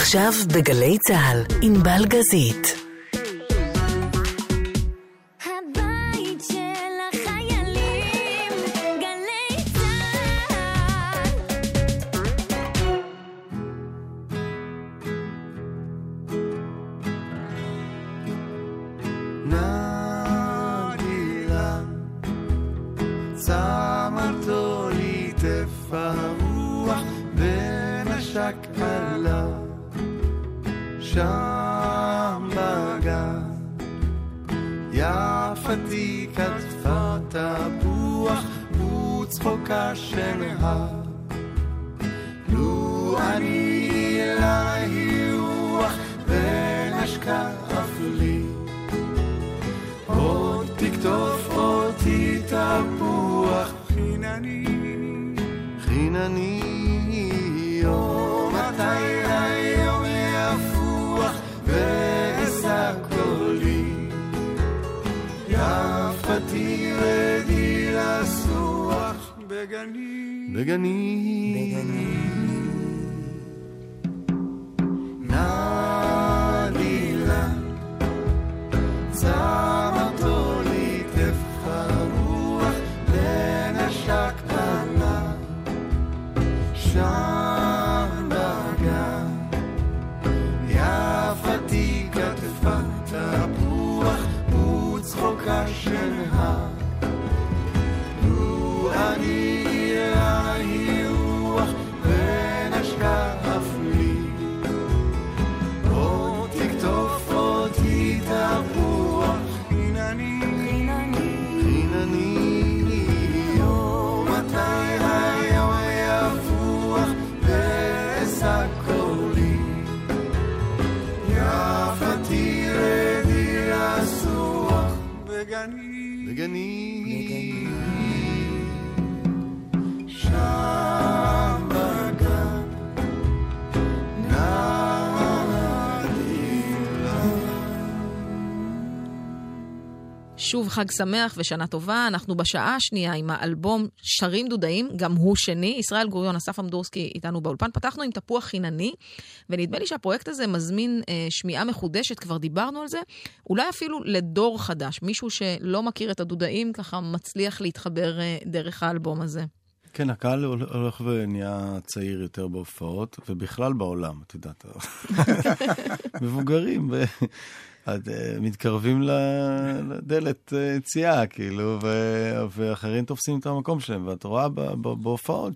עכשיו בגלי צהל, ענבל גזית. שם בגן יפתי כתפה תפוח וצחוקה שנהר לו אני להירוח ונשקע אפלי עוד תקטוף אותי תפוח חינני חינני יום מתי היום יפוח ואשא קולי יפתי רדי לסוח בגני בגני נדילה צמתו לי תפחה רוח לנשק פנה שם בגן יפתי כתפה תפוח וצחוקה שנהר לו אני להירוח ונשקע אפלי עוד תקטוף אותי תפוח חינני חינני יום מתי היום יפוח ואשא קולי יפתי רדי לסוח בגני בגני שם בגן שוב חג שמח ושנה טובה. אנחנו בשעה השנייה עם האלבום שרים דודאים, גם הוא שני. ישראל גוריון, אסף אמדורסקי איתנו באולפן. פתחנו עם תפוח חינני, ונדמה לי שהפרויקט הזה מזמין שמיעה מחודשת, כבר דיברנו על זה. אולי אפילו לדור חדש, מישהו שלא מכיר את הדודאים, ככה מצליח להתחבר דרך האלבום הזה. כן, הקהל הולך ונהיה צעיר יותר בהופעות, ובכלל בעולם, את יודעת. מבוגרים מתקרבים לדלת יציאה, כאילו, ואחרים תופסים את המקום שלהם, ואת רואה בהופעות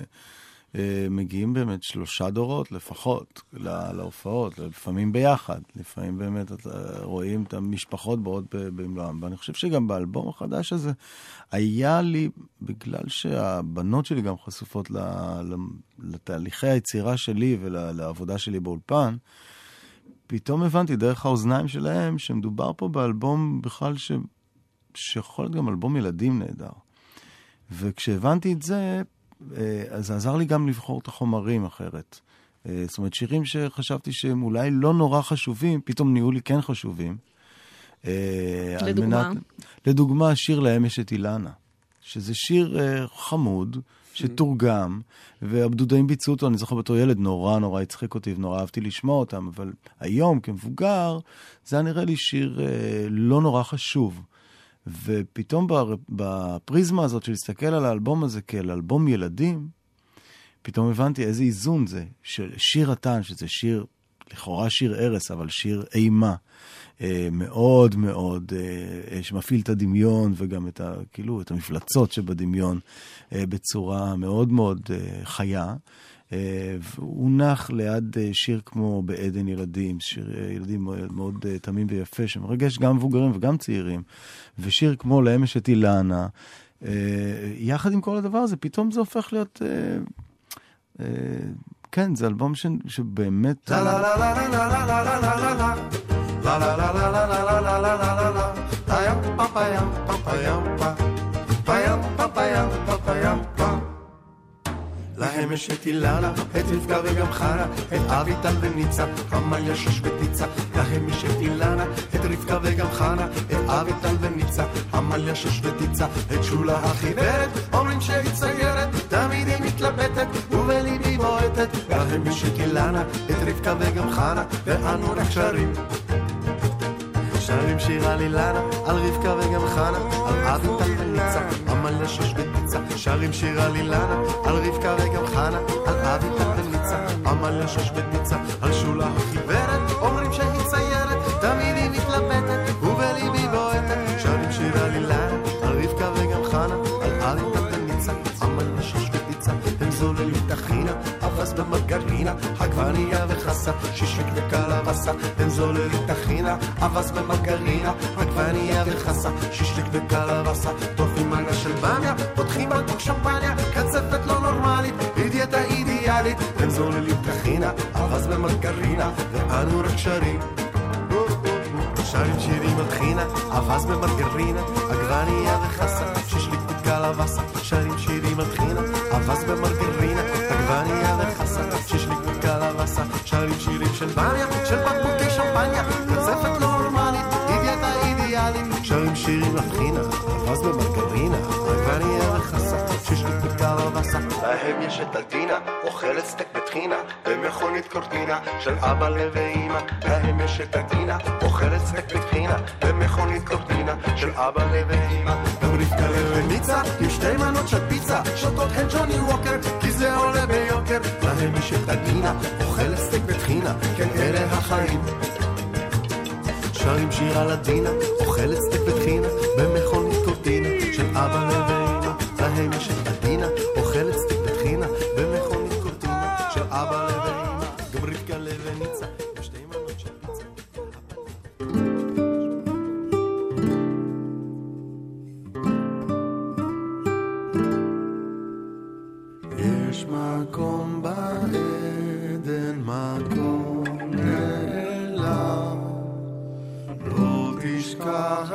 שמגיעים באמת 3 דורות לפחות להופעות, לפעמים ביחד, לפעמים באמת רואים את המשפחות באות במלואם, ואני חושב שגם באלבום החדש הזה היה לי, בגלל שהבנות שלי גם חשופות לתהליכי היצירה שלי ולעבודה שלי באולפן, פתאום הבנתי דרך האוזניים שלהם שמדובר פה באלבום בכלל שיכול להיות גם אלבום ילדים נהדר. וכשהבנתי את זה, אז זה עזר לי גם לבחור את החומרים אחרת. זאת אומרת, שירים שחשבתי שהם אולי לא נורא חשובים, פתאום נהיו לי כן חשובים. לדוגמה? לדוגמה, שיר להם יש את אילנה, שזה שיר חמוד, שתורגם, והבדודאים ביצעו אותו, אני זוכר בתור ילד, נורא הצחיק אותי, ונורא אהבתי לשמוע אותם, אבל היום, כמבוגר, זה היה נראה לי שיר לא נורא חשוב. ופתאום בפריזמה הזאת, של להסתכל על האלבום הזה כאל אלבום ילדים, פתאום הבנתי איזה איזון זה, של שיר התן, שזה שיר, לכאורה שיר ערס, אבל שיר אימה, מאוד מאוד, שמפעיל את הדמיון וגם כאילו, את המפלצות שבדמיון בצורה מאוד מאוד חיה. הוא נח ליד שיר כמו בעדן ילדים, שיר ילדים מאוד תמים ויפה, שמרגש גם מבוגרים וגם צעירים, ושיר כמו להם יש את אילנה. יחד עם כל הדבר הזה, פתאום זה הופך להיות... כן, זה אלבום שבאמת... La la la la la la la la la la la la payam papayam papayam payam papayam papayam להם יש את אילנה, את רבקה וגם חנה, את אביטל וניצה, עמליה שש וטיצה. להם יש את אילנה, את רבקה וגם חנה, את אביטל וניצה, עמליה שש וטיצה. את שולה החיוורת, אומרים שהיא ציירת, תמיד היא מתלבטת, ובליבי בועטת, להם יש את אילנה, את רבקה וגם חנה, ואנו רק שרים. שרים שיר על אילנה, על רבקה וגם חנה, על אביטל וניצה, עמליה שוש ופיצה. שרים שיר על אילנה, על רבקה וגם חנה, על אביטל וניצה, עמליה שוש ופיצה. על שולה החיוורת, אומרים שהיא ציירת, תמיד היא מתלבטת, ובליבי בועטת. שרים שיר על אילנה, על רבקה וגם חנה, על אביטל וניצה, עמליה שוש ופיצה. הם זוללים תחינה, אבס במרגרינה, עגבנייה וחסה, שישליק וקלבסה. הם זוללים תחינה, אבס במרגרינה, עגבנייה וחסה, שישליק וקלבסה. טופים מנה של במיה, פותחים בקבוק שמפניה, קצפת לא נורמלית, דיאטה אידיאלית. הם זוללים תחינה, אבס במרגרינה, ואנו רק שרים. שרים שירים על חינה, אבס במרגרינה, עגבנייה וחסה, שישליק וקלבסה. שרים שירים על חינה, אבס במרגרינה, עגבנייה וחסה, שישליק וקלבסה. שרים שירים של במיה, של בקבוקי שמפניה, קצפת לא נורמלית, דיאטה אידיאלית. שרים שירים על חינה, אבס במרגרינה, עגבנייה וחסה, שישליק וקלבסה. להם יש את הדינה, אוכלת סטייק בטחינה, במכונית קורטינה של אבא ואמא. להם יש את הדינה, אוכלת סטייק בטחינה, במכונית קורטינה של אבא ואמא. גם רבקה וניצה עם שתי מנות של פיצה, שותות הן ג'וני ווקר, כי זה עולה ביוקר. להם יש את הדינה, אוכלת סטייק בטחינה, כן אלה החיים. שרים שיר על הדינה, אוכלת סטייק בטחינה, במכונית קורטינה של אבא ואמא. להם יש את הדינה, אוכלת סטייק בטחינה, במכונית קורטינה של אבא ואמא. גם רבקה וניצה עם שתי מנות של פיצה. יש מקום בעדן, מקום נעלם, לא תשכח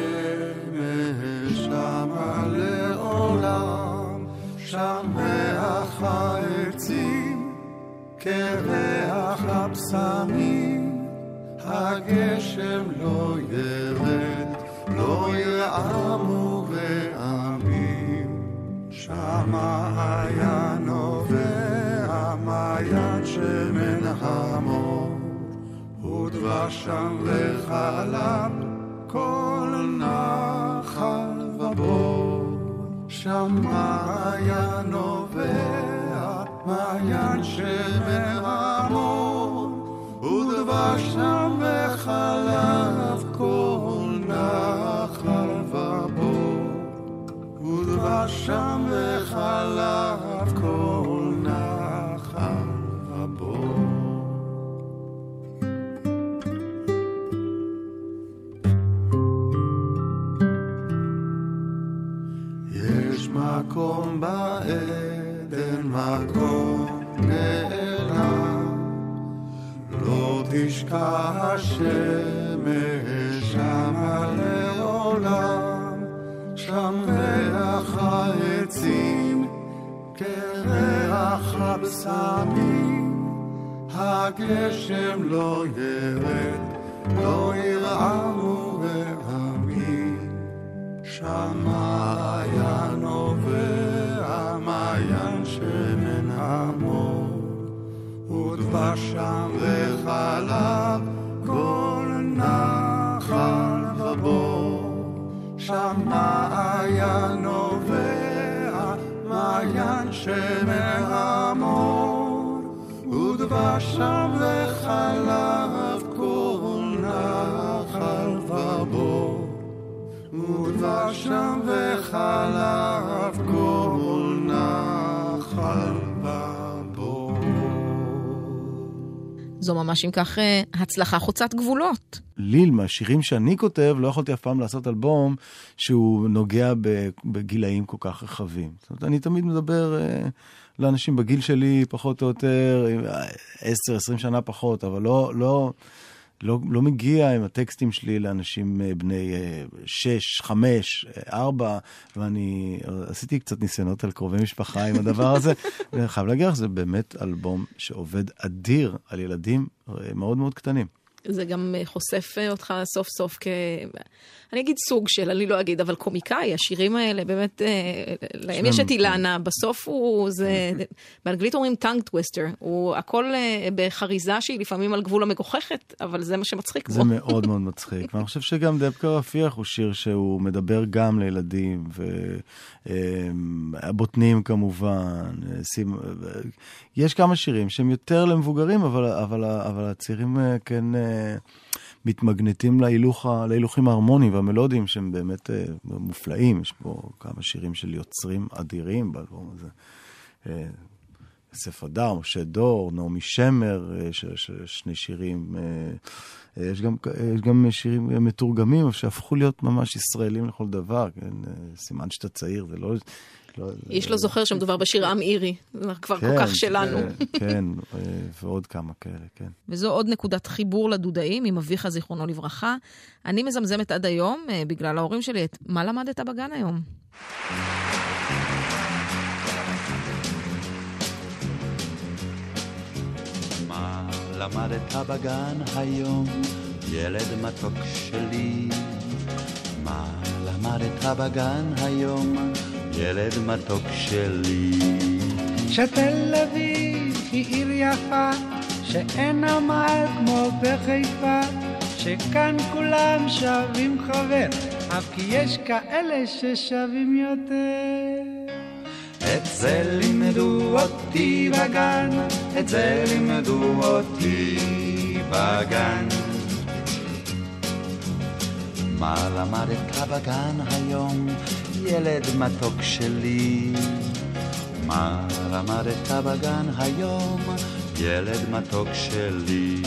השמש שמה לעולם, שם ריח העצים כריח הבשמים, הגשם לא ירד, לא ירעמו רעמים. שמה היה נובע מעיין שמן המור, ודבשם וחלב כל נחל ובור. שמה היה נובע מעיין שמן המור, ודבשם וחלב כל נחל ובור. ודבשם וחלב כל נחל ובור. יש מקום בעדן, מקום נעלם, לא תשכח השמש שמה לעולם, שם ריח העצים כריח הבשמים, הגשם לא ירד, לא ירעמו רעמים. שמה היה נובע מעיין שמן המור, ודבשם וחלב כל נחל ובור. שמה היה נובע מעיין שמן המור, ודבשם וחלב כל נחל ובור. ודבשם וחלב כל נחל ובור. זו ממש עם כך הצלחה חוצת גבולות. ליל, מהשירים שאני כותב, לא יכולתי אף פעם לעשות אלבום שהוא נוגע בגילאים כל כך רחבים. זאת אומרת, אני תמיד מדבר לאנשים בגיל שלי, פחות או יותר, 10-20 שנה פחות, אבל לא מגיע עם הטקסטים שלי לאנשים בני 6, 5, 4, ואני עשיתי קצת ניסיונות על קרובי משפחה עם הדבר הזה, ואני חייב להגיד לך, זה באמת אלבום שעובד אדיר על ילדים מאוד מאוד קטנים. זה גם חושף אותך סוף סוף אני אגיד סוג של, אני לא אגיד, אבל קומיקאי, השירים האלה, באמת, להם יש את אילנה, בסוף באנגלית אומרים טאנג טוויסטר, הוא הכל בחריזה שהיא לפעמים על גבול המגוחכת, אבל זה מה שמצחיק. זה מאוד מאוד מצחיק, ואני חושב שגם דבקה רפיח הוא שיר שהוא מדבר גם לילדים, והבוטנים כמובן, יש כמה שירים שהם יותר למבוגרים, אבל הצעירים כן מתמגנטים להילוכים ההרמוניים והמלודיים שהם באמת מופלאים. יש פה כמה שירים של יוצרים אדירים באלבום הזה. יוסף הדר, משה דור, נעמי שמר, שני שירים. יש גם שירים מתורגמים שהפכו להיות ממש ישראלים לכל דבר. סימן שאתה צעיר, זה לא... איש לא זוכר שמדובר בשיר עם אירי, זה כבר כל כך שלנו. כן, ועוד כמה כאלה, כן. וזו עוד נקודת חיבור לדודאים, עם אביך זיכרונו לברכה. אני מזמזמת עד היום, בגלל ההורים שלי, את מה למדת בגן היום? מה למדת בגן היום, ילד מתוק שלי? מה למדת בגן היום, ילד מתוק שלי? שתל אביב היא עיר יפה, שאין נמל כמו בחיפה, שכאן כולם שווים חבר, אף כי יש כאלה ששווים יותר. את זה לימדו אותי בגן, את זה לימדו אותי בגן. מה למדת בגן היום, ילד מתוק שלי? מה למדת בגן היום, ילד מתוק שלי?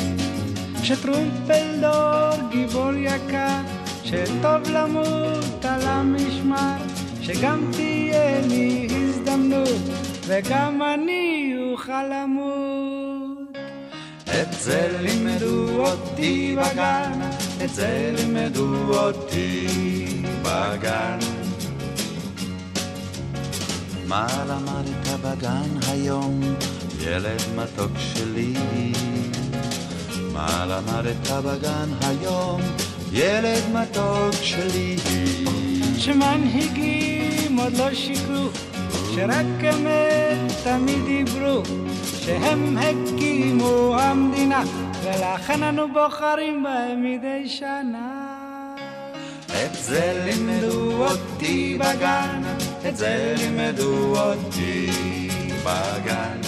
שטרומפלדור גיבור יקר, שטוב למות על המשמר, שגם תהיה לי הזדמנות וגם אני אוכל למות. את זה לימדו אותי בגן, את זה לימדו אותי בגן. מה למדת בגן היום, ילד מתוק שלי? מה למדת בגן היום, ילד מתוק שלי? שמנהיגים עוד לא שיקרו, שרק אמת תמיד דיברו, שהם הקימו המדינה ולכן אנו בוחרים בהם מדי שנה. את זה לימדו אותי בגן, את זה לימדו אותי בגן.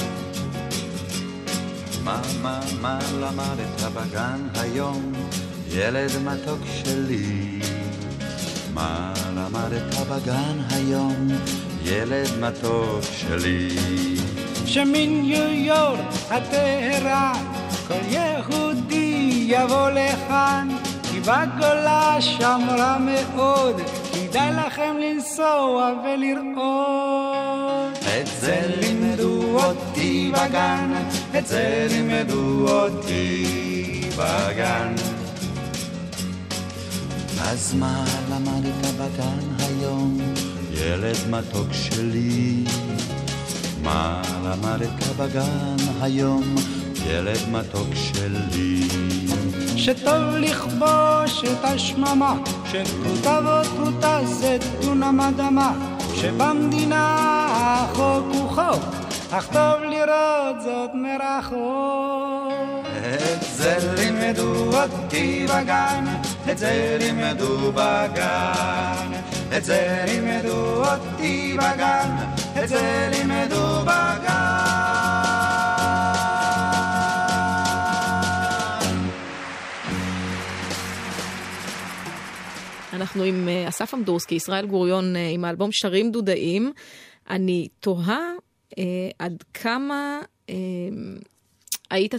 מה למדת בגן היום, ילד מתוק שלי? מה למדת בגן היום, ילד מתוק שלי? שניו יורק הטהרן כל יהודי יבוא לכאן, כי בגולה שם רע מאוד, כדאי לכם לנסוע ולראות. את זה לימדו אותי בגן, את זה לימדו אותי בגן. אז מה למדת בגן היום, ילד מתוק שלי? מה למדת בגן היום, ילד מתוק שלי? שטוב לכבוש את השממה, שפרוטה ופרוטה זה דונם אדמה, שבמדינה החוק הוא חוק, אך טוב לראות זאת מרחוק. את זה לימדו אותי בגן, את זה לימדו בגן, את זה לימדו אותי בגן, את זה לימדו בגן. אנחנו עם אסף אמדורסקי, ישראל גוריון, עם האלבום שרים דודאים. אני תוהה עד כמה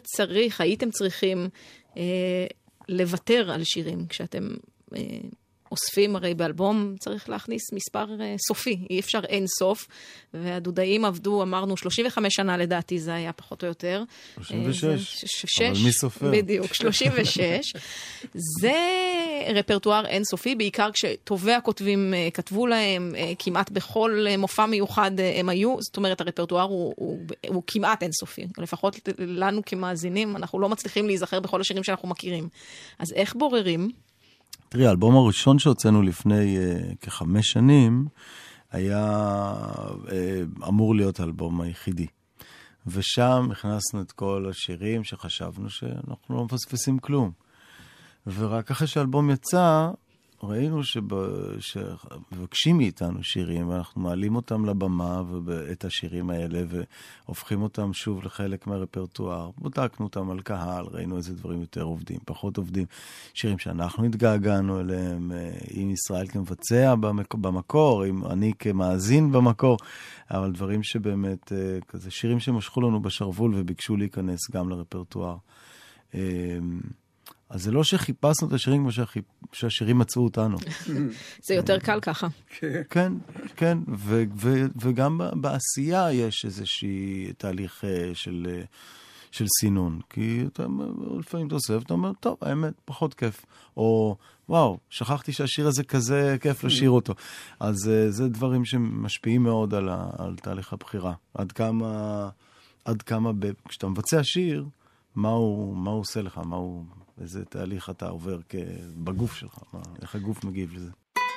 הייתם צריכים לוותר על שירים כשאתם האוספים, הרי באלבום צריך להכניס מספר סופי, אי אפשר אין סוף, והדודאים עבדו, אמרנו, 35 שנה לדעתי, זה היה פחות או יותר. 36, אבל מי סופר? בדיוק, 36. זה רפרטואר אינסופי, בעיקר כשטובי הכותבים כתבו להם, כמעט בכל מופע מיוחד הם היו, זאת אומרת, הרפרטואר הוא כמעט אינסופי. לפחות לנו כמאזינים, אנחנו לא מצליחים להיזכר בכל השירים שאנחנו מכירים. אז איך בוררים? תראי, האלבום הראשון שהוצאנו לפני כ5 שנים, היה אמור להיות האלבום היחידי. ושם הכנסנו את כל השירים שחשבנו שאנחנו לא מפספסים כלום. ורק אחרי שהאלבום יצא, ראינו שמבקשים מאיתנו שירים, ואנחנו מעלים אותם לבמה את השירים האלה, והופכים אותם שוב לחלק מהרפרטואר. בודקנו אותם על קהל, ראינו איזה דברים יותר עובדים, פחות עובדים. שירים שאנחנו התגעגענו אליהם, עם ישראל כמבצע במקור, עם אני כמאזין במקור, אבל דברים שבאמת, כזה שירים שמשכו לנו בשרוול וביקשו להיכנס גם לרפרטואר. אז זה לא שחיפשנו את השירים כמו שהשירים מצאו אותנו. זה יותר קל ככה. כן, כן, וגם בעשייה יש איזושהי תהליך של סינון. כי לפעמים אתה אוסף, אתה אומר, טוב, האמת, פחות כיף. או, וואו, שכחתי שהשיר הזה כזה כיף לשיר אותו. אז זה דברים שמשפיעים מאוד על תהליך הבחירה. עד כמה, כשאתה מבצע שיר, מה הוא עושה לך, איזה תהליך אתה עובר בגוף שלך, איך הגוף מגיב לזה.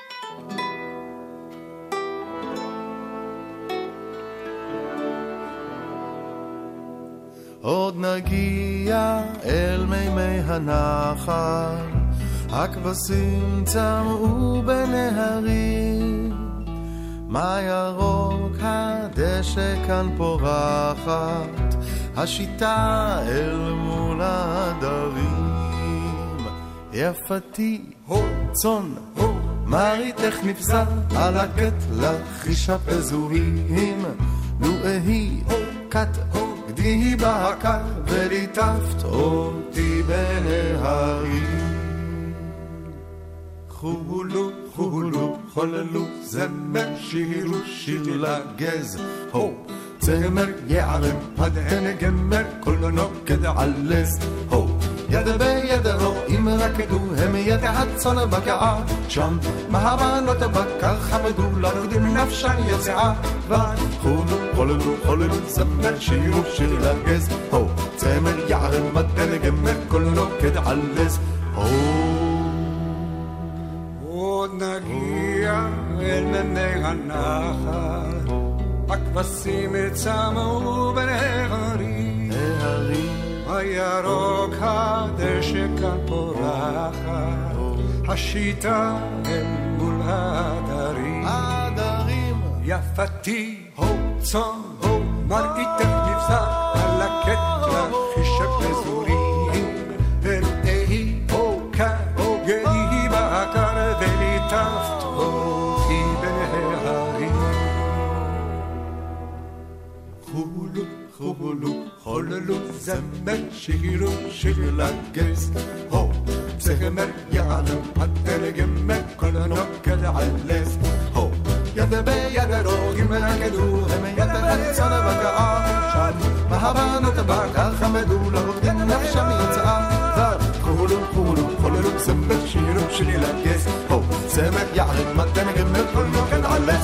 עוד נגיע אל מימי הנחל, הכבשים צמאו בנהרים, מה ירוק הדשא כאן פורחת, השיטה אל מול הדרים. יפתי, צון, מריתך נפזר על הקט לחישה פזורים, נועהי, קט, גדיהי בהקר וליטפת אותי בנהרים. חולו, חולו, חוללו, זמר שירו שיר לגז, צמר יערם, הדהן גמר, כל נוקד עלס, יד ביד רואים רקדו, הם יד הצון בקעה, שם מהבנות בקר חמדו, לרדים נפשן יצאה, וחולו, חוללו, חוללו, זמר שירו שיר לגז, צמר יערם, הדהן גמר, כל נוקד עלס, עוד נגיע אל מימי הנחל, הכבשים צמאו בנהרים, הירוק הדשא כאן פורחת, השיטה אל מול הדרים, יפתי, צאן, מראיתך נפזר על הקט לחישה פזורים, ונהי, גדיהי בהקר וליטפת אותי בנהרים. חולו, חוללו, זמר שירו שיר לגז, צמר יעלם, הדהן גמר, כל נוקד עלס, יד ביד רואים רקדו, הם יד הצון בקעה, שם מהבנות בקר חמדו, לרוקדים נפשם יצאה, חולו, חוללו, זמר שירו שיר לגז, צמר יעלם, הדהן גמר, כל נוקד עלס.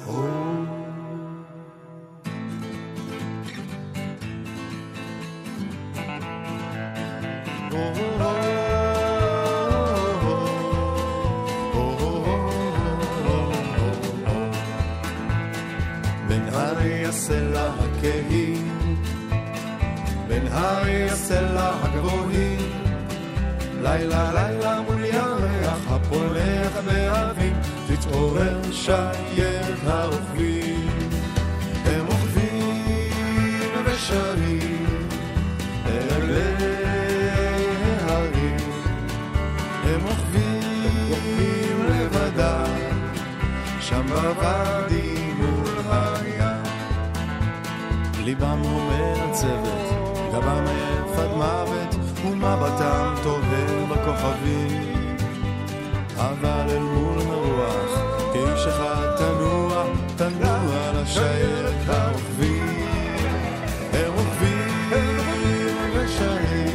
בין הרי הסלע הכהים, בין הרי הסלע הגבוהים, לילה לילה מול ירח הפולח באביב, תתעורר שיירת הרוכבים, הם רוכבים ושרים אלי ההרים, הם רוכבים לבדם שם בוואדי מול הים, ליבם הוא מעצבת, גבם עף עד מוות, ומבטם תוהה בכוכבים, אבל אל מול הרוח כאיש אחד תנוע, תנוע לשיירת הרוכבים. הם רוכבים ושרים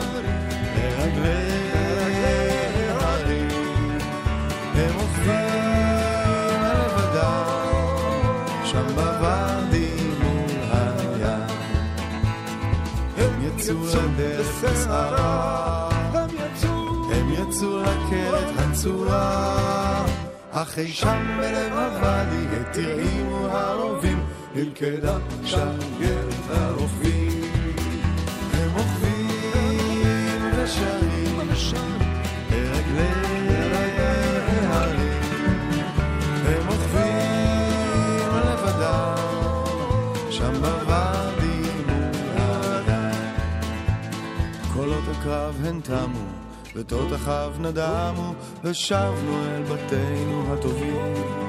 לרגלי ההרים, הם רוכבים לבדם שם בוואדי מול הים. הם יצאו לדרך הסערה, הם יצאו לקרת הצורה, אחרי שם בלב הוואדי תרעימו הרובים, נלכדה שיירת הרוכבים. הם רוכבים ושרים לרגלי ההרים, הם רוכבים לבדם שם בוואדי מול הים. קולות הקרב הן תמו ותותחיו נדמו, ושבנו אל בתינו הטובים.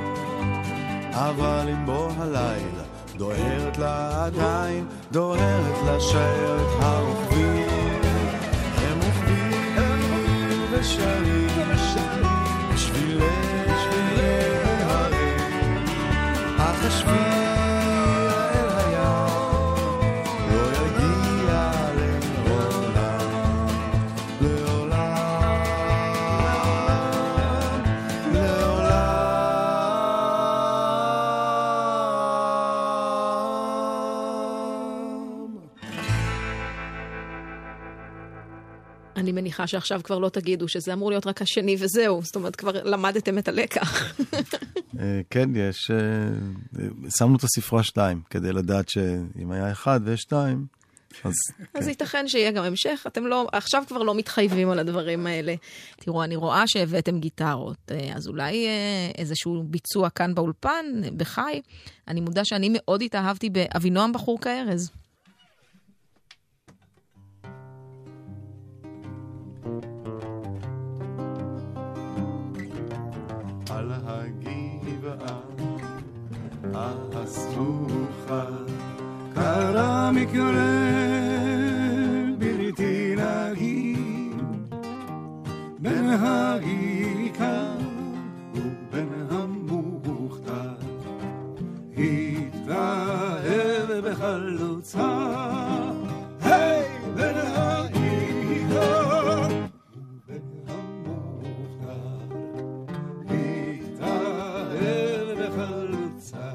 אבל אם בוא הלילה דוהרת לה עדיין, דוהרת לשיירת הרוכבים. הם רוכבים ושרים בשבילי הרים, אך השביל אל הים לא יגיע לעולם, אני מניחה שעכשיו כבר לא תגידו שזה אמור להיות רק השני וזהו, זאת אומרת כבר למדתם את הלקח. כן, יש, שמנו את הספרה 2, כדי לדעת שאם היה 1 ויש 2, אז ייתכן שיהיה גם המשך, אתם לא, עכשיו כבר לא מתחייבים על הדברים האלה. תראו, אני רואה שהבאתם גיטרות, אז אולי איזשהו ביצוע כאן באולפן, בחי. אני מודה שאני מאוד התאהבתי באבינועם בחור כארז. על הגבעה הסמוכה קרה מקרה בלתי נגיד בין העיקר ובין המוכתר, התאהב בחלוצה, היי, בין העיקר ובין המוכתר, התאהב בחלוצה.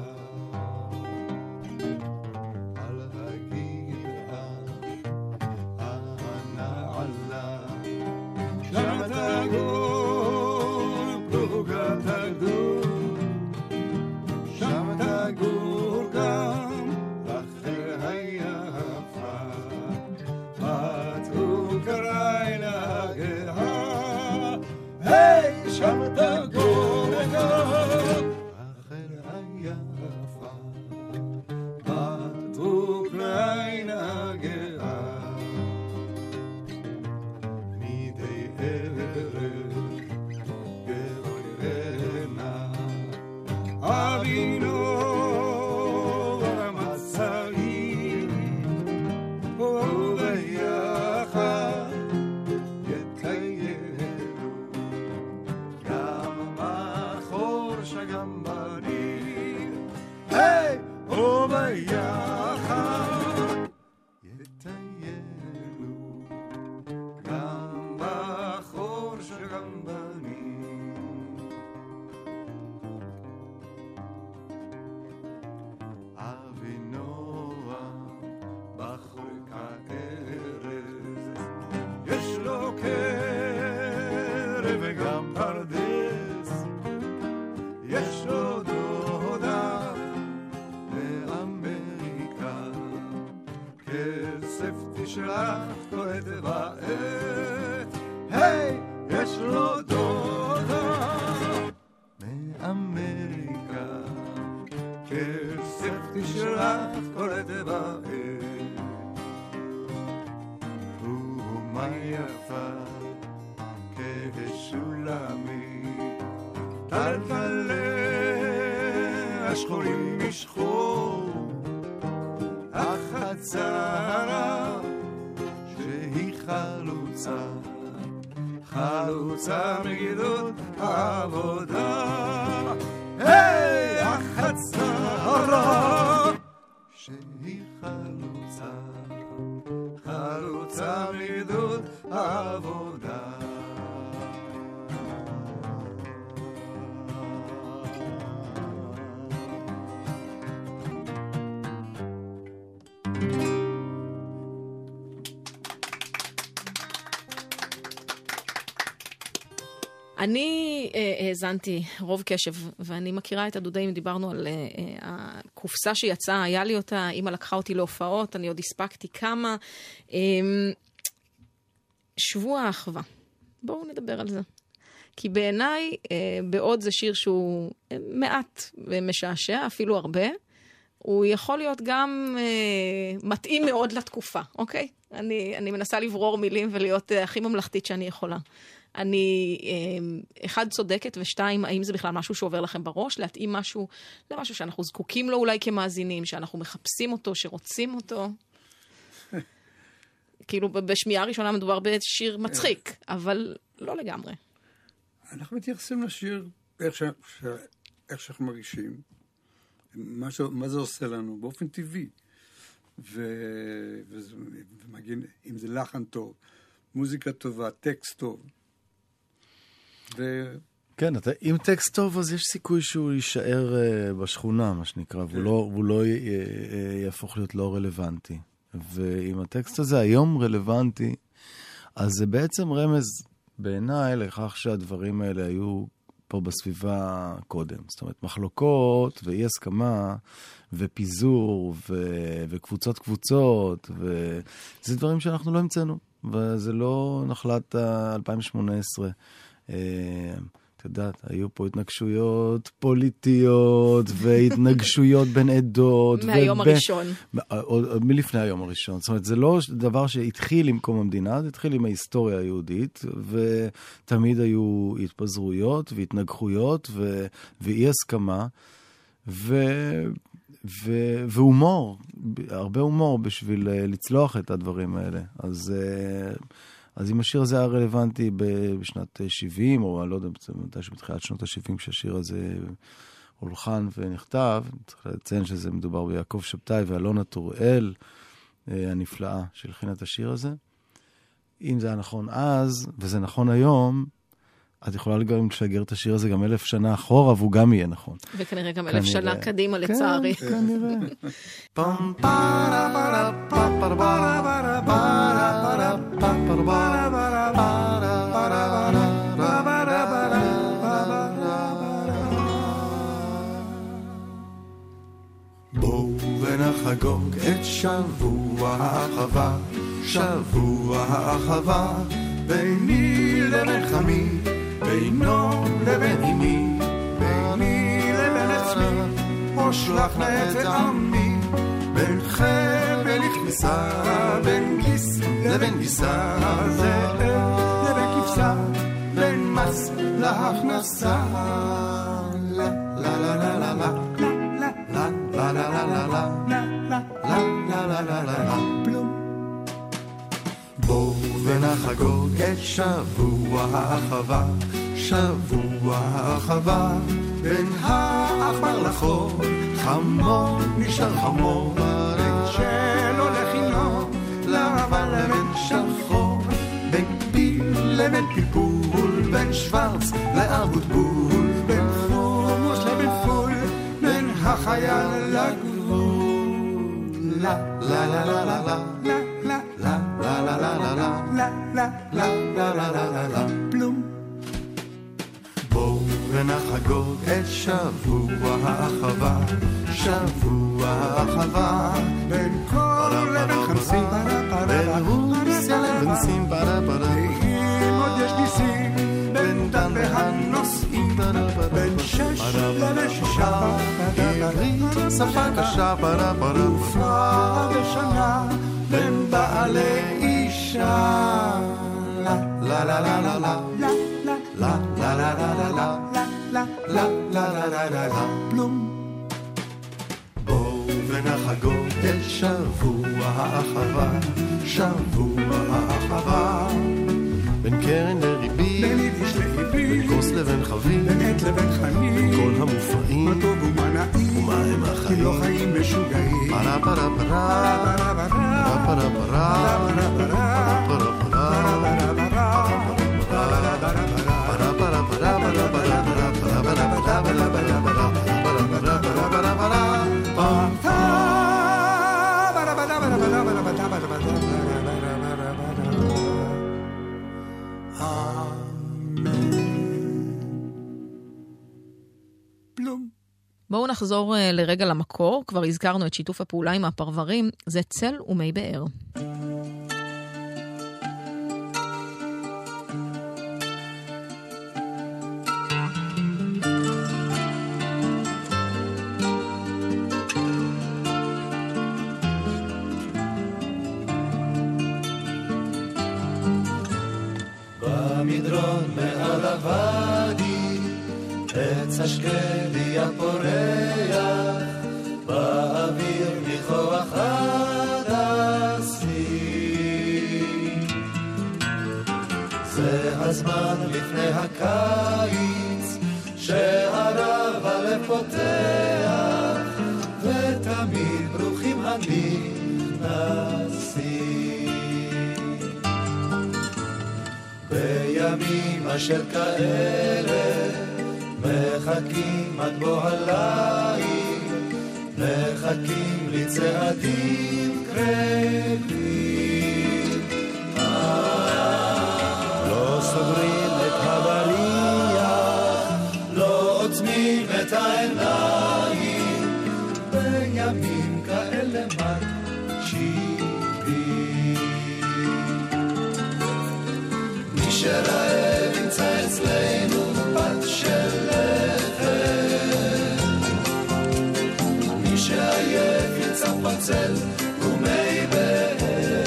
חלוצה מגדוד העבודה. היי, החצרה שהיא חלוצה, חלוצה מגדוד העבודה. אני האזנתי רוב קשב, ואני מכירה את הדודאים, דיברנו על הקופסה שיצאה, היה לי אותה, אמא לקחה אותי להופעות, אני עוד הספקתי כמה. שבוע האחווה, בואו נדבר על זה. כי בעיניי, בעוד זה שיר שהוא מעט משעשע, אפילו הרבה, הוא יכול להיות גם מתאים מאוד לתקופה, אוקיי? אני מנסה לברור מילים ולהיות הכי ממלכתית שאני יכולה. אני, אחד, צודקת, ושתיים, האם זה בכלל משהו שעובר לכם בראש, להתאים משהו למשהו שאנחנו זקוקים לו אולי כמאזינים, שאנחנו מחפשים אותו, שרוצים אותו. כאילו, בשמיעה הראשונה מדובר בשיר מצחיק, אבל לא לגמרי. אנחנו מתייחסים לשיר איך שאנחנו מרגישים, מה זה עושה לנו, באופן טבעי. ומגיעים, אם זה לחן טוב, מוזיקה טובה, טקסט טוב. כן, אם טקסט טוב, אז יש סיכוי שהוא יישאר בשכונה, מה שנקרא, והוא לא יהפוך להיות לא רלוונטי. ואם הטקסט הזה היום רלוונטי, אז זה בעצם רמז בעיניי לכך שהדברים האלה היו פה בסביבה קודם. זאת אומרת, מחלוקות ואי הסכמה ופיזור וקבוצות, וזה דברים שאנחנו לא המצאנו, וזה לא נחלת 2018. את יודעת, היו פה התנגשויות פוליטיות והתנגשויות בין עדות. מהיום הראשון. מלפני היום הראשון. זאת אומרת, זה לא דבר שהתחיל עם קום המדינה, זה התחיל עם ההיסטוריה היהודית, ותמיד היו התפזרויות והתנגחויות ואי הסכמה, והומור, הרבה הומור בשביל לצלוח את הדברים האלה. אז אם השיר הזה היה רלוונטי בשנת 70, או אני לא יודע, מתי שבתחילת שנות ה-70, כשהשיר הזה הולחן ונכתב, צריך לציין שזה מדובר ביעקב שבתאי ואלונה טוראל הנפלאה שהלחינה את השיר הזה. אם זה היה נכון אז, וזה נכון היום, את יכולה גם לשגר את השיר הזה גם 1000 שנה אחורה, והוא גם יהיה נכון. וכנראה גם 1000 שנה קדימה, לצערי. כן, כנראה. בואו ונחגוג את שבוע האחווה, שבוע האחווה, ביני לבין חמי, בינו לבין אמי, ביני לבין עצמי, אשלח את עמי, בין חבל לכביסה, בין גיס לבין גיסה, זאב לבין כבשה, בין מס להכנסה. לה לה לה לה לה לה לה לה לה לה לה לה לה לה לה. בואו ונחגוג את שבוע האחווה, שבוע האחווה, בין העכבר לחור, חמור נשאר חמור, בין שלו לחינור, לבן לבין שחור, בין פיל לבין פלפול, בין שוורץ לאבוטבול, בין חומוס לבין פול, בין החייל לגבול. לה לה לה לה לה לה לה לה לה לה לה לה לה לה לה לה לה לה פלום. בואו ונחגוג את שבוע האחווה, שבוע האחווה, בין קור לבין חמסים, בין רוסיה לבין סין, ואם עוד יש גיסים, בין דן והנוסעים, בין שש לבין שישה, עברית שפה קשה, ופרעה ושנה, בין בעלי אישה. לה לה לה לה לה לה לה לה לה לה לה לה לה לה לה לה לה לה פלום. בואו ונחגוג את שבוע האחווה, שבוע האחווה, בין קרן לריבית, לבין חבים, בין עת לבין חיים, כל המופעים, מה טוב ומה נעים, ומה הם החיים, כי לא חיים משוגעים. פרה פרה פרה, פרה פרה פרה, בואו נחזור לרגע למקור, כבר הזכרנו את שיתוף הפעולה עם הפרברים, זה צל ומי באר. במדרון מעל הוואדי עץ השקדי הפורח באוויר מכוח הדסים. זה הזמן לפני הקיץ שהרב הלב פותח ותמיד ברוכים הנכנסים. בימים אשר כאלה מחכים עד בוא הליל, מחכים לצעדים קרבים. לא סוגרים את הבריח, לא עוצמים את העיניים, בימים כאלה מקשיבים. מי שרעב ימצא אצלנו בת של שעייף יצא פצל ומי באר,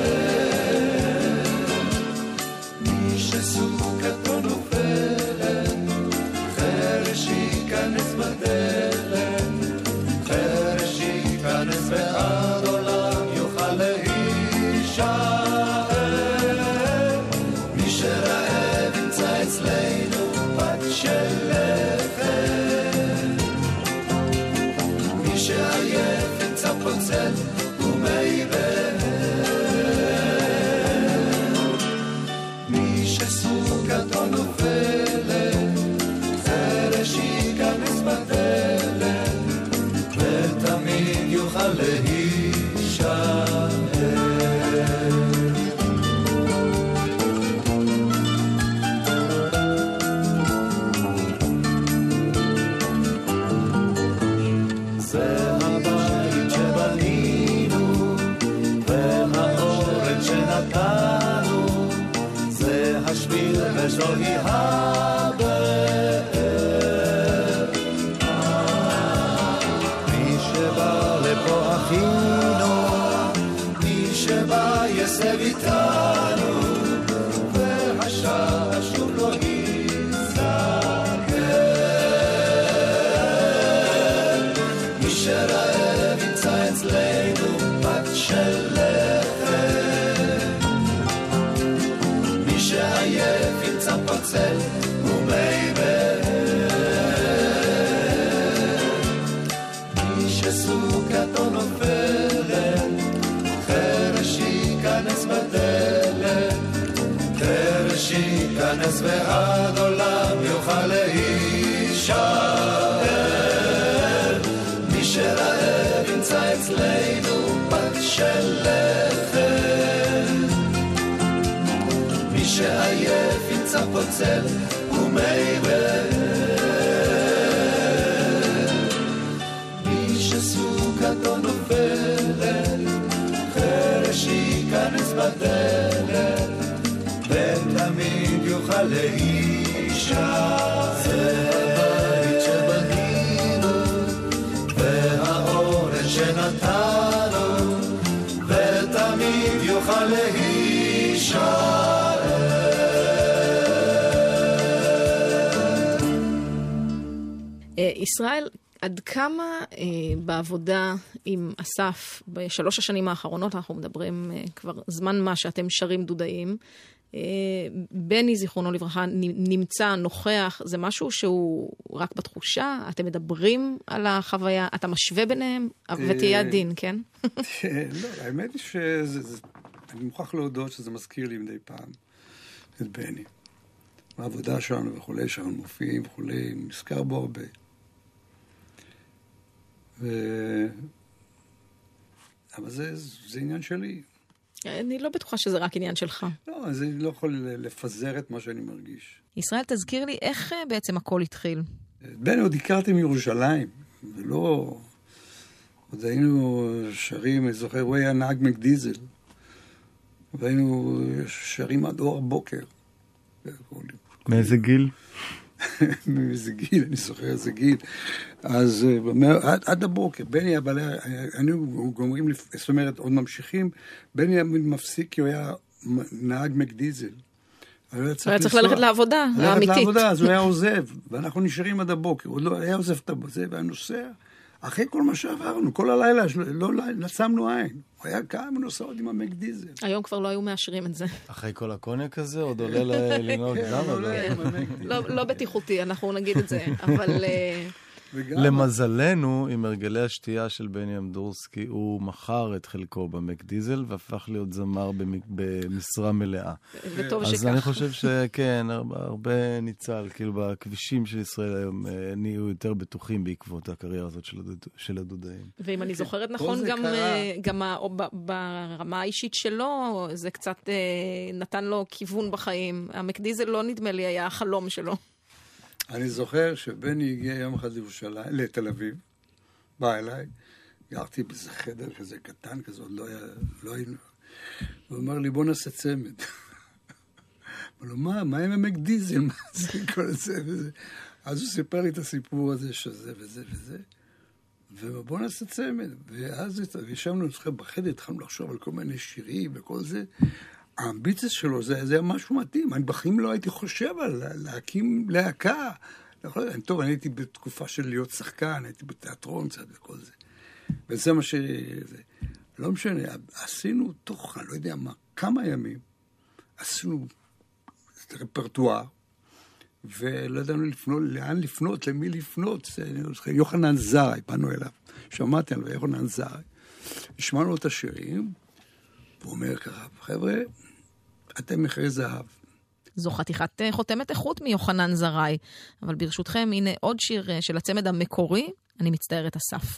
מי שסוכתו נופלת חרש ייכנס בדלת, חרש ייכנס ועד עולם יוכל להישאר. מי שרעב ימצא אצלנו בת של שעייף ימצא פוצל ומי באר, מי שסוכתו נופלת חרש ייכנס בדלת ותמיד יוכל להישאר. וזוהי הבאר. מי שבא לפה אחינו, מי שבא יסב איתנו, והשעה שוב לא ייזכר. מי שרעב ימצא אצלנו בת של פוצל ומי באר, מי שסוכתו נופלת חרש ייכנס בדלת, חרש ייכנס ועד עולם יוכל להישאר. מי שרעב ימצא אצלנו בת של לחם, מי שעייף ימצא פוצל ומי באר, מי שסוכתו נופלת חרש ייכנס בדלת ותמיד יוכל להישאר. זה הבית שבנינו והאורן שנתנו ותמיד יוכל להישאר. ישראל, עד כמה בעבודה עם אסף, בשלוש השנים האחרונות אנחנו מדברים כבר זמן מה שאתם שרים דודאים, בני, זיכרונו לברכה, נמצא, נוכח, זה משהו שהוא רק בתחושה? אתם מדברים על החוויה? אתה משווה ביניהם? ותהיה הדין, כן? לא, האמת היא שזה... אני מוכרח להודות שזה מזכיר לי מדי פעם את בני. העבודה שלנו וכולי, שאנחנו מופיעים וכולי, נזכר בו הרבה. אבל זה עניין שלי. אני לא בטוחה שזה רק עניין שלך. לא, אז אני לא יכול לפזר את מה שאני מרגיש. ישראל, תזכיר לי איך בעצם הכל התחיל. בני, עוד הכרתי מירושלים, ולא... עוד היינו שרים, אני זוכר, הוא היה נהג מקדיזל. והיינו שרים עד אור הבוקר. מאיזה גיל? מאיזה גיל, אני זוכר איזה גיל. אז עד הבוקר, בני, אבל היינו גומרים, זאת אומרת, עוד ממשיכים, בני מפסיק, כי הוא היה נהג מקדיזל. הוא היה צריך ללכת לעבודה, האמיתית. ללכת לעבודה, אז הוא היה עוזב, ואנחנו נשארים עד הבוקר. הוא לא היה עוזב את זה, והיה נוסע. אחרי כל מה שעברנו, כל הלילה, לא נצמנו עין. הוא היה קם ונוסעות עם המקדיזל. היום כבר לא היו מאשרים את זה. אחרי כל הקונק הזה, עוד עולה לנהוג גם? לא בטיחותי, אנחנו נגיד את זה, אבל... למזלנו, עם הרגלי השתייה של בני אמדורסקי, הוא מכר את חלקו במקדיזל, והפך להיות זמר במשרה מלאה. וטוב שכך. אז אני חושב שכן, הרבה ניצל, כאילו בכבישים של ישראל היום נהיו יותר בטוחים בעקבות הקריירה הזאת של הדודאים. ואם אני זוכרת נכון, גם ברמה האישית שלו, זה קצת נתן לו כיוון בחיים. המקדיזל לא נדמה לי היה החלום שלו. אני זוכר שבני הגיע יום אחד לתל אביב, בא אליי, גרתי באיזה חדר כזה קטן כזה, עוד לא היינו. הוא אמר לי, בוא נעשה צמד. אמר לו, מה עם המקדיזל? מה זה כל זה וזה? אז הוא סיפר לי את הסיפור הזה שזה וזה וזה, ובוא נעשה צמד. ואז ישבנו בחדר, התחלנו לחשוב על כל מיני שירים וכל זה. האמביציה שלו זה היה משהו מתאים. אני בחיים לא הייתי חושב על להקים להקה. טוב, אני הייתי בתקופה של להיות שחקן, הייתי בתיאטרון קצת וכל זה. וזה מה ש... לא משנה, עשינו תוך, אני לא יודע מה, כמה ימים, עשינו רפרטואר, ולא ידענו לאן לפנות, למי לפנות. יוחנן זרעי, פנו אליו. שמעתי עליו, יוחנן זרעי. השמענו את השירים, הוא אומר ככה, חבר'ה, אתם מחירי זהב. זו חתיכת חותמת איכות מיוחנן זרעי. אבל ברשותכם, הנה עוד שיר של הצמד המקורי, אני מצטערת אסף.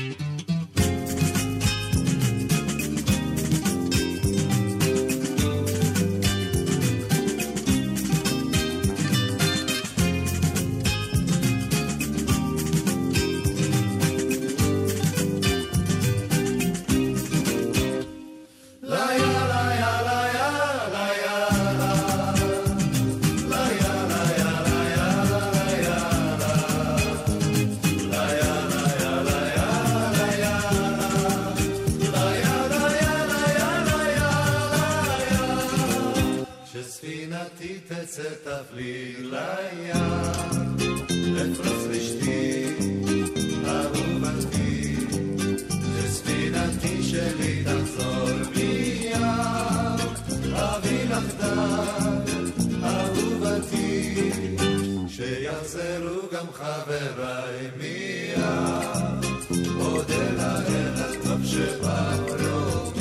תפליג לים, לפרוס רשתי, אהובתי, שספינתי שלי תחזור מיד, אבי לך דק, אהובתי, שיחזרו גם חבריי מיד, עוד אל הטוב שבעולמי,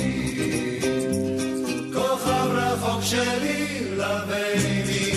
כוכב רחוק שלי לביני,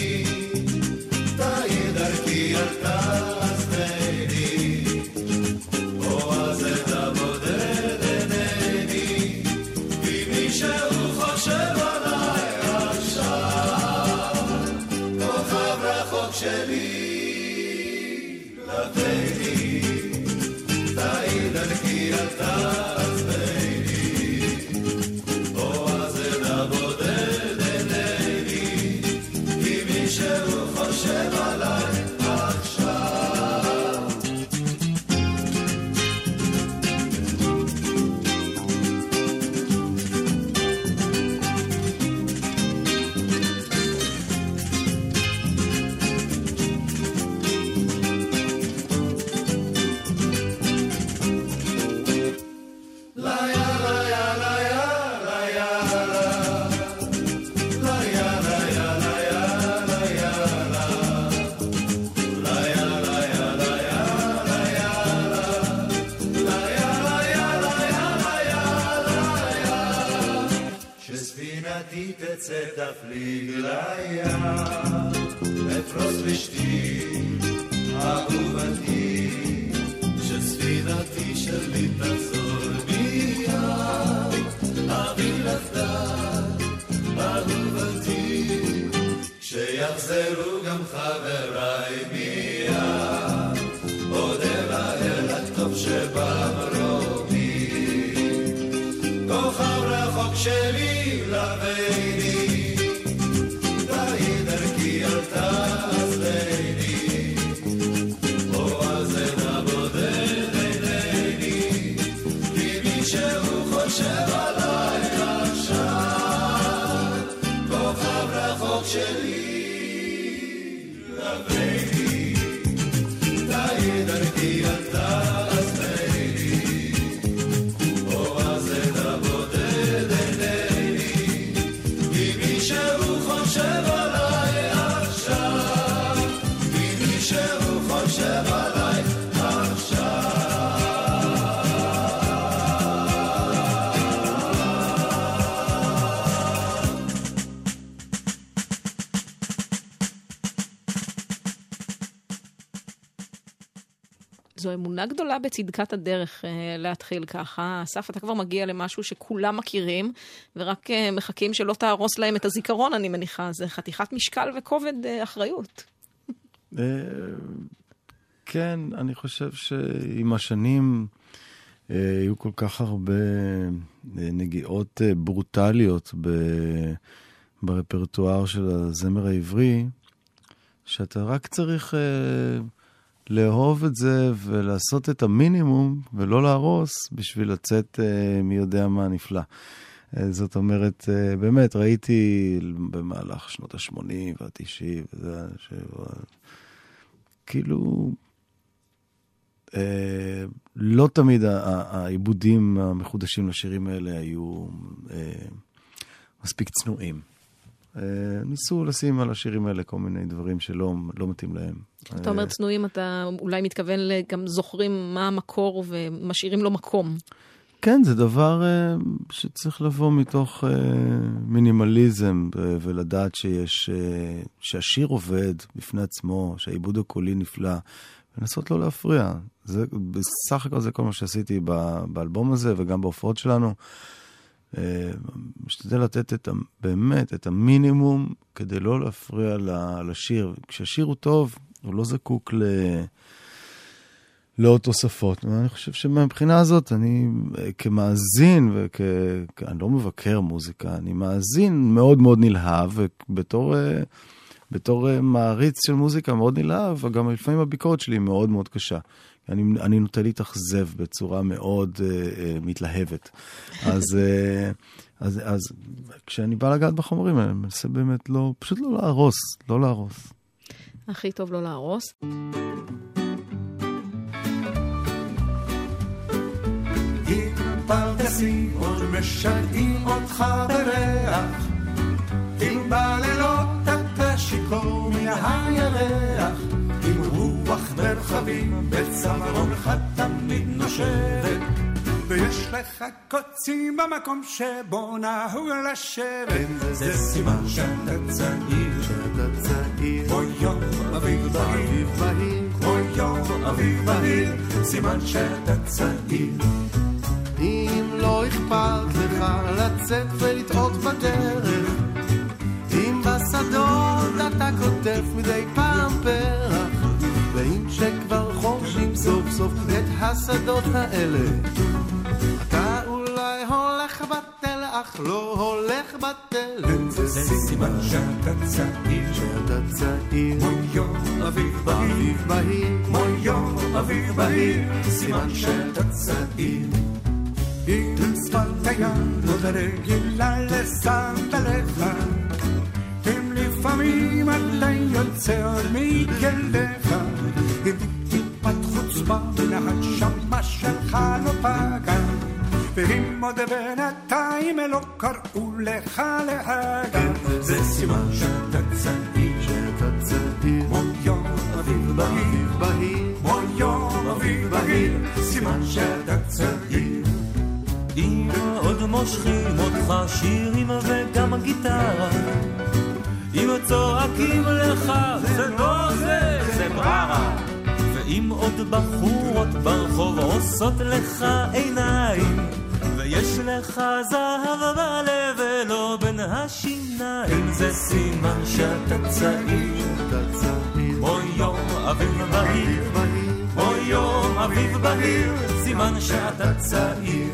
תצא תפליג לים, אפרוס לשתי, אהובתי, שספינתי שלי תחזור מיד, אבי לחדד, אהובתי, שיחזרו גם חבריי מיד, עודה מהר הטוב שבמרומי, כוכב רחוק שלי לביני, תהי דרכי אל תעזבני, אוהזנה בודד עיניני, כי מישהו חושב עליי עכשיו, כוכב רחוק שלי לביני, תהי דרכי אל תעזבני, אוהזנה בודד עיניני, כי מישהו חושב עליי עכשיו, כי מישהו חושב עליי עכשיו. זו אמונה גדולה בצדקת הדרך להתחיל ככה. אסף, אתה כבר מגיע למשהו שכולם מכירים, ורק מחכים שלא תהרוס להם את הזיכרון, אני מניחה. זה חתיכת משקל וכובד אחריות. כן, אני חושב שעם השנים היו כל כך הרבה נגיעות ברוטליות ברפרטואר של הזמר העברי, שאתה רק צריך לאהוב את זה ולעשות את המינימום ולא להרוס בשביל לצאת מי יודע מה נפלא. זאת אומרת, באמת ראיתי במהלך שנות ה-80 וה-90 וזה כאילו לא תמיד העיבודים המחודשים לשירים האלה היו מספיק צנועים. ניסו לשים על השירים האלה כל מיני דברים שלא מתאים להם. אתה אומר צנועים, אתה אולי מתכוון גם זוכרים מה המקור ומשאירים לו מקום. כן, זה דבר שצריך לבוא מתוך מינימליזם ולדעת שהשיר עובד בפני עצמו, שהעיבוד הקולי נפלא, ולנסות לא להפריע. זה, בסך הכל זה כל מה שעשיתי באלבום הזה וגם בהופעות שלנו. משתדל לתת באמת את המינימום כדי לא להפריע לשיר. כשהשיר הוא טוב, הוא לא זקוק לעוד תוספות. אני חושב שמבחינה הזאת, אני כמאזין, אני לא מבקר מוזיקה, אני מאזין מאוד מאוד נלהב, ובתור מעריץ של מוזיקה מאוד נלהב, וגם לפעמים הביקורת שלי מאוד מאוד קשה. אני נוטה להתאכזב בצורה מאוד מתלהבת. אז כשאני בא לגעת בחומרים, אני מנסה באמת פשוט לא להרוס. הכי טוב לא להרוס. אם פרדסים עוד משגעים אותך בריח, אם בלילות אתה שיקור מן הירח, עם רוח מרחבים בצווארונך תמיד נושבת, ויש לך קוצים במקום שבו נהוג לשבת, זה סימן שאתה צעיר, כמו יום אביב בהיר, כמו יום אביב בהיר, סימן שאתה צעיר. אם לא אכפת לך לצאת ולטעות בדרך, אם בשדות אתה כותב מדי פעם פרח, ואם שכבר חורשים סוף סוף את השדות האלה, אתה אולי הולך בטל אך לא הולך בטל, זה סימן שאתה צעיר, כמו יום אביב בהיר, כמו יום אביב בהיר, סימן שאתה צעיר. אם שפת היד לא רגילה לסנדליך, אם לפעמים אתה יוצא עוד מכליך, אם טיפת חוצפה מן הנשמה שלך לא פגע, ואם עוד בינתיים לא קראו לך להגע, זה סימן שאתה צעיר, כמו יום אביב בהיר, כמו יום אביב בהיר, סימן שאתה צעיר. אם עוד מושכים אותך שירים וגם הגיטרה, צועקים לך, זה לא זה, זה בררה. ואם עוד בחורות ברחוב עושות לך עיניים, ויש לך זהב בלב ולא בין השיניים, זה סימן שאתה צעיר, כמו יום אביב בהיר, כמו יום אביב בהיר, סימן שאתה צעיר.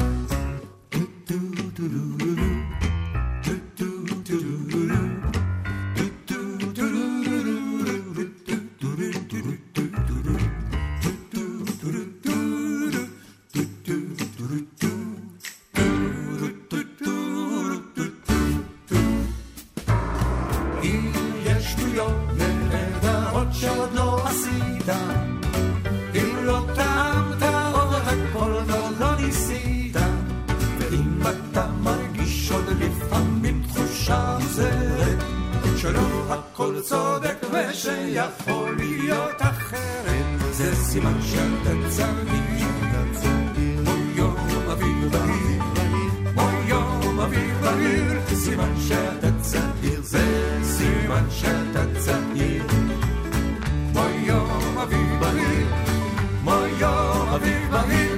שיכול להיות אחרת, זה סימן שאתה צעיר, כמו יום אביב בהיר, כמו יום אביב בהיר, סימן שאתה צעיר, זה סימן שאתה צעיר, כמו יום אביב בהיר, כמו יום אביב בהיר,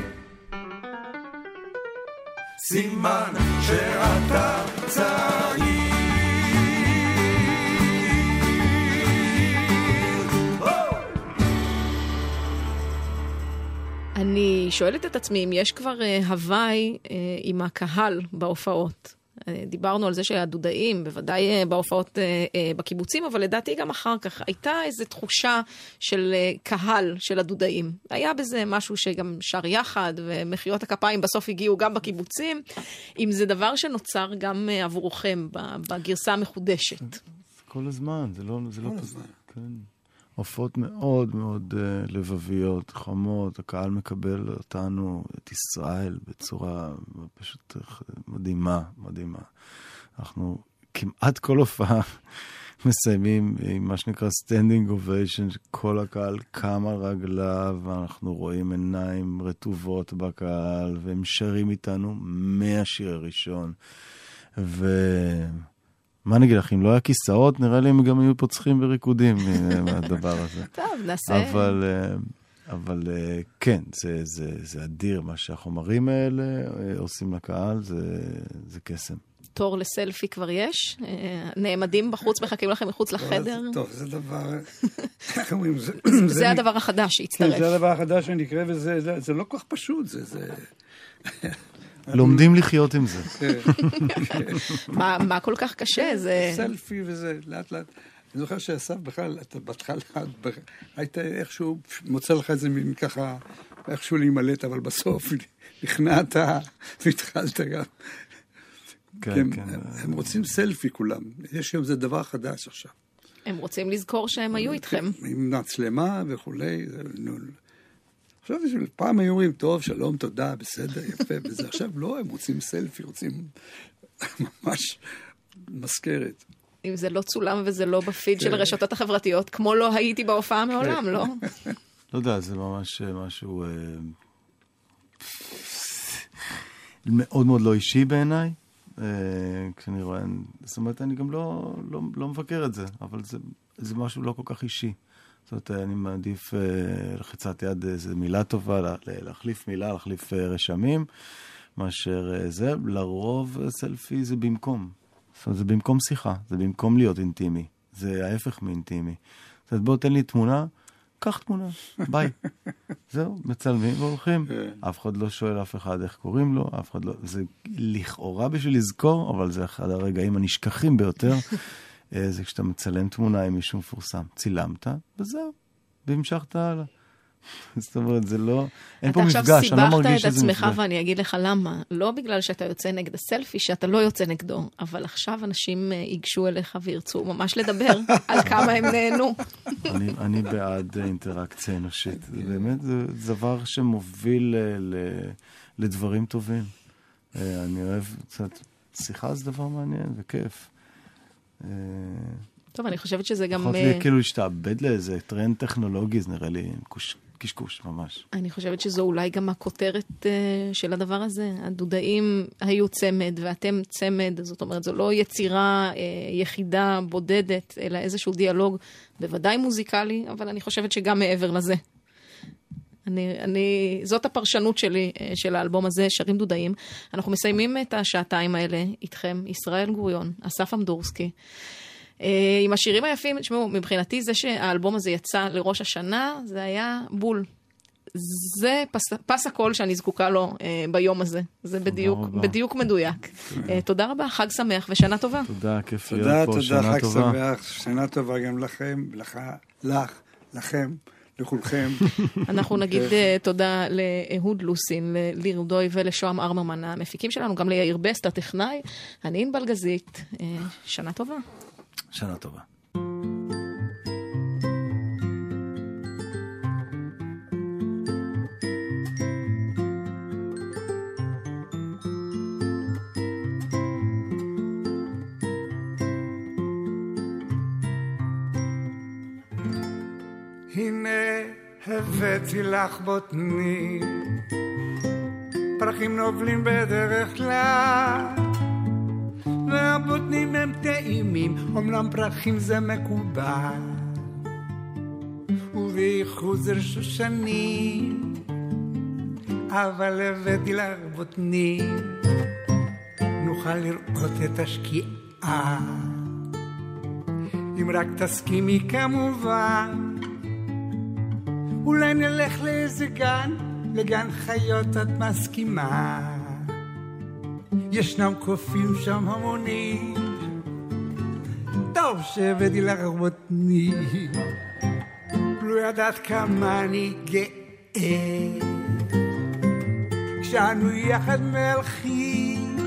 סימן שאתה צעיר. אני שואלת את עצמי אם יש כבר הוואי עם הקהל בהופעות. דיברנו על זה שהדודאים, בוודאי בהופעות בקיבוצים, אבל לדעתי גם אחר כך, הייתה איזו תחושה של קהל של הדודאים. היה בזה משהו שגם שר יחד, ומחיאות הכפיים בסוף הגיעו גם בקיבוצים, אם זה דבר שנוצר גם עבורכם בגרסה המחודשת. כל הזמן, זה לא פשוט. כן. הופעות מאוד מאוד לבביות, חמות, הקהל מקבל אותנו, את ישראל, בצורה פשוט מדהימה, מדהימה. אנחנו כמעט כל הופעה מסיימים עם מה שנקרא standing ovation, שכל הקהל קם על רגליו, ואנחנו רואים עיניים רטובות בקהל, והם שרים איתנו מהשיר הראשון. מה נגיד לך, אם לא היה כיסאות, נראה לי הם גם היו פוצחים בריקודים מהדבר הזה. טוב, נעשה. אבל כן, זה אדיר, מה שהחומרים האלה עושים לקהל, זה קסם. תור לסלפי כבר יש? נעמדים בחוץ, מחכים לכם מחוץ לחדר? טוב, זה דבר... איך אומרים? זה הדבר החדש שהצטרף. זה הדבר החדש שנקרא, וזה לא כל כך פשוט, זה... לומדים לחיות עם זה. מה כל כך קשה? סלפי וזה, לאט לאט. אני זוכר שאסף בכלל, אתה בהתחלה, היית איכשהו מוצא לך איזה מין ככה, איכשהו להימלט, אבל בסוף נכנעת והתחלת גם. כן. הם רוצים סלפי כולם. יש שם זה דבר חדש עכשיו. הם רוצים לזכור שהם היו איתכם. עם מצלמה וכולי. עכשיו, פעם היו אומרים, טוב, שלום, תודה, בסדר, יפה, וזה עכשיו לא, הם רוצים סלפי, רוצים ממש מזכרת. אם זה לא צולם וזה לא בפיד של הרשתות החברתיות, כמו לא הייתי בהופעה מעולם, לא? לא יודע, זה ממש משהו מאוד מאוד לא אישי בעיניי. כשאני רואה, זאת אומרת, אני גם לא מבקר את זה, אבל זה משהו לא כל כך אישי. זאת אומרת, אני מעדיף לחיצת יד איזו מילה טובה, להחליף מילה, להחליף רשמים, מאשר זה. לרוב סלפי זה במקום. זאת אומרת, זה במקום שיחה, זה במקום להיות אינטימי. זה ההפך מאינטימי. זאת אומרת, בוא תן לי תמונה, קח תמונה, ביי. זהו, מצלמים והולכים. אף אחד לא שואל אף אחד איך קוראים לו, אף אחד לא... זה לכאורה בשביל לזכור, אבל זה אחד הרגעים הנשכחים ביותר. זה כשאתה מצלם תמונה עם מישהו מפורסם. צילמת, וזהו. והמשכת הלאה. זאת אומרת, זה לא... אין פה מפגש, אני לא מרגיש שזה מפגש. אתה עכשיו סיבכת את עצמך, ואני אגיד לך למה. לא בגלל שאתה יוצא נגד הסלפי, שאתה לא יוצא נגדו, אבל עכשיו אנשים ייגשו אליך וירצו ממש לדבר על כמה הם נהנו. אני בעד אינטראקציה אנושית. זה באמת דבר שמוביל לדברים טובים. אני אוהב, שיחה זה דבר מעניין וכיף. טוב, אני חושבת שזה גם... יכול להיות כאילו להשתעבד לאיזה טרנד טכנולוגי, זה נראה לי קשקוש, ממש. אני חושבת שזו אולי גם הכותרת של הדבר הזה. הדודאים היו צמד, ואתם צמד, זאת אומרת, זו לא יצירה יחידה, בודדת, אלא איזשהו דיאלוג, בוודאי מוזיקלי, אבל אני חושבת שגם מעבר לזה. זאת הפרשנות שלי של האלבום הזה, שרים דודאים. אנחנו מסיימים את השעתיים האלה איתכם, ישראל גוריון, אסף אמדורסקי. עם השירים היפים, תשמעו, מבחינתי זה שהאלבום הזה יצא לראש השנה, זה היה בול. זה פס הקול שאני זקוקה לו ביום הזה. זה בדיוק מדויק. תודה רבה, חג שמח ושנה טובה. תודה, כיף להיות פה, שנה תודה, טובה. חג שמח, שנה טובה גם לכם, לכם, לכולכם. אנחנו נגיד תודה לאהוד לוסין, לליר דוי ולשוהם ארמרמן, המפיקים שלנו, גם ליאיר בסט, הטכנאי, אני ענבל גזית. שנה טובה. שנה טובה. הנה הבאתי לך בוטנים, פרחים נובלים בדרך כלל, והבוטנים הם טעימים, אומנם פרחים זה מקובל, ובייחוד זה שושנים, אבל הבאתי לך בוטנים, נוכל לראות את השקיעה, אם רק תסכימי כמובן. אולי נלך לאיזה גן, לגן חיות את מסכימה. ישנם קופים שם המונים, טוב שהבאתי לך בוטנים. לא ידעת כמה אני גאה, כשאנו יחד מלכים,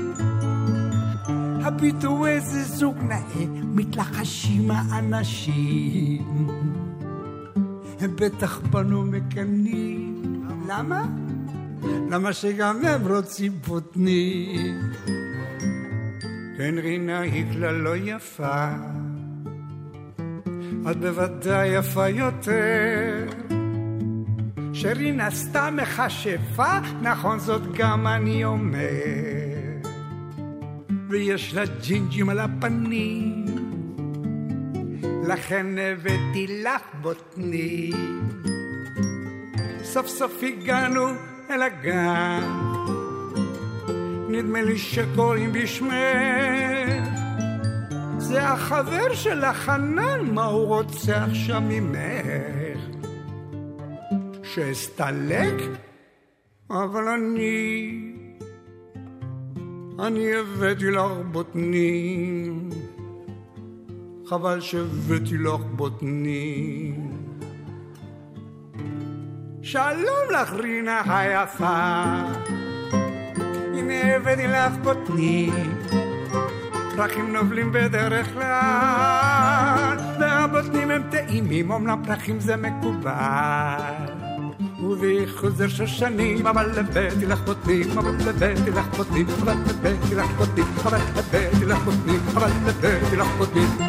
הביטו איזה זוג נאה, מתלחשים האנשים. הם בטח בנו מקנים. למה? למה שגם הם רוצים בוטנים. כן, רינה היא כלל לא יפה, את בוודאי יפה יותר. שרינה סתם מחשפה, נכון זאת גם אני אומר. ויש לה ג'ינג'ים על הפנים, לכן הבאתי לך בוטנים. סוף סוף הגענו אל הגן, נדמה לי שקוראים בשמך, זה החבר של החנן, מה הוא רוצה עכשיו ממך? שאסתלק? אבל אני הבאתי לך בוטנים, חבל שהבאתי לך בוטנים. שלום לך רינה היפה, הנה הבאתי לך בוטנים, פרחים נובלים בדרך כלל, והבוטנים הם טעימים, אומנם פרחים זה מקובל, ובייחוד זה שושנים, אבל הבאתי לך בוטנים, אבל הבאתי לך בוטנים, אבל הבאתי לך בוטנים, אבל הבאתי לך בוטנים, אבל הבאתי לך בוטנים.